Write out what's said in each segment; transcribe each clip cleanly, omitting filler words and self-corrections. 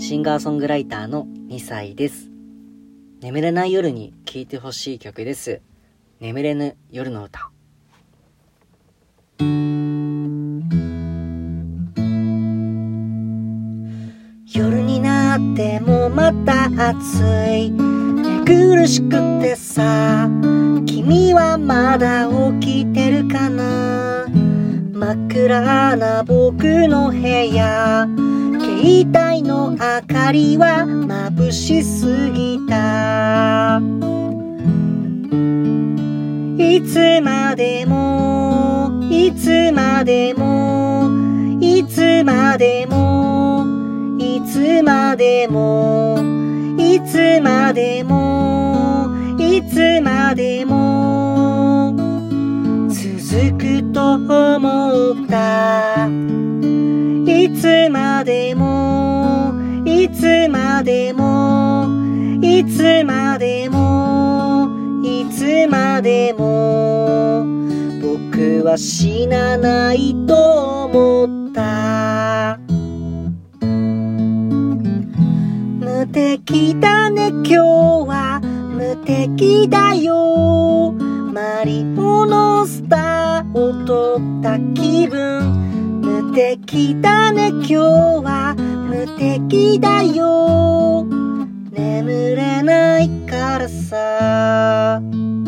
シンガーソングライターの2歳です。眠れない夜に聴いてほしい曲です。眠れぬ夜の歌。夜になってもまた暑い、寝苦しくてさ、君はまだ起きてるかな。真っ暗な僕の部屋、携帯の明かりは眩しすぎた。いつまでもいつまでもいつまでもいつまでもいつまでもいつまでも続くと思った。いつまでもいつまでもいつまでもいつまでも僕は死なないと思った。無敵だね今日は無敵だよ。マリオのスターを取った気分。無敵だね今日は無敵だよ。眠れないからさ。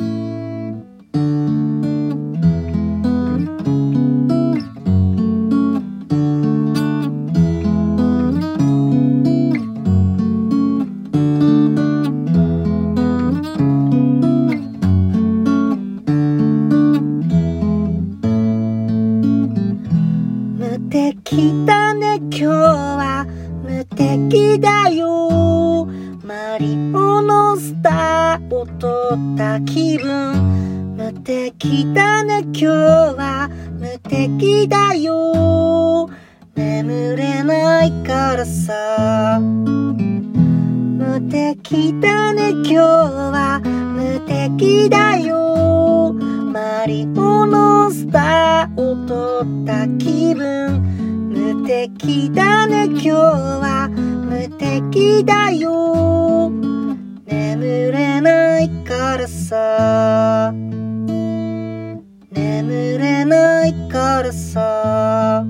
無敵だね今日は無敵だよ。マリオのスターを取った気分。無敵だね今日は無敵だよ。眠れないからさ。無敵だね今日は無敵だよ。マリオのスターを取った気分。無敵だね今日は無敵だよ。眠れないからさ。眠れないからさ。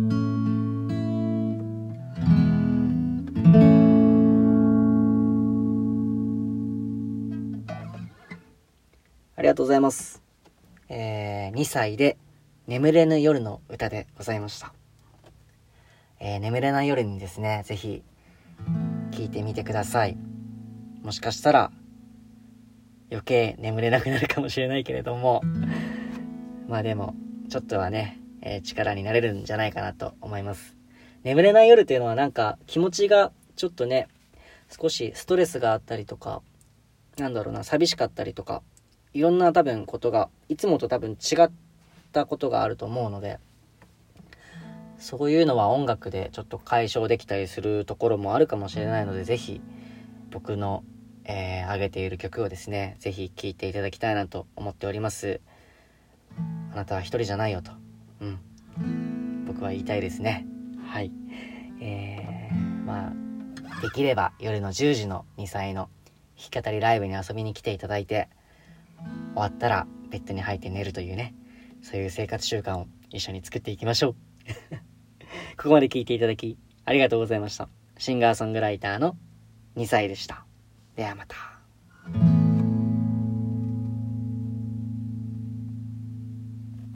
ありがとうございます。2歳で眠れぬ夜の歌でございました。眠れない夜にですね、ぜひ聴いてみてください。もしかしたら余計眠れなくなるかもしれないけれども、まあでもちょっとはね、力になれるんじゃないかなと思います。眠れない夜っていうのはなんか気持ちがちょっとね、少しストレスがあったりとか、寂しかったりとか、いろんな多分ことがいつもと多分違ったことがあると思うので、そういうのは音楽でちょっと解消できたりするところもあるかもしれないので、ぜひ僕の、上げている曲をですね、ぜひ聴いていただきたいなと思っております。あなたは一人じゃないよと、僕は言いたいですね。はい。まあできれば夜の10時の2歳の弾き語りライブに遊びに来ていただいて、終わったらベッドに入って寝るというね、そういう生活習慣を一緒に作っていきましょう。ここまで聞いていただきありがとうございました。シンガーソングライターの2歳でした。ではまた。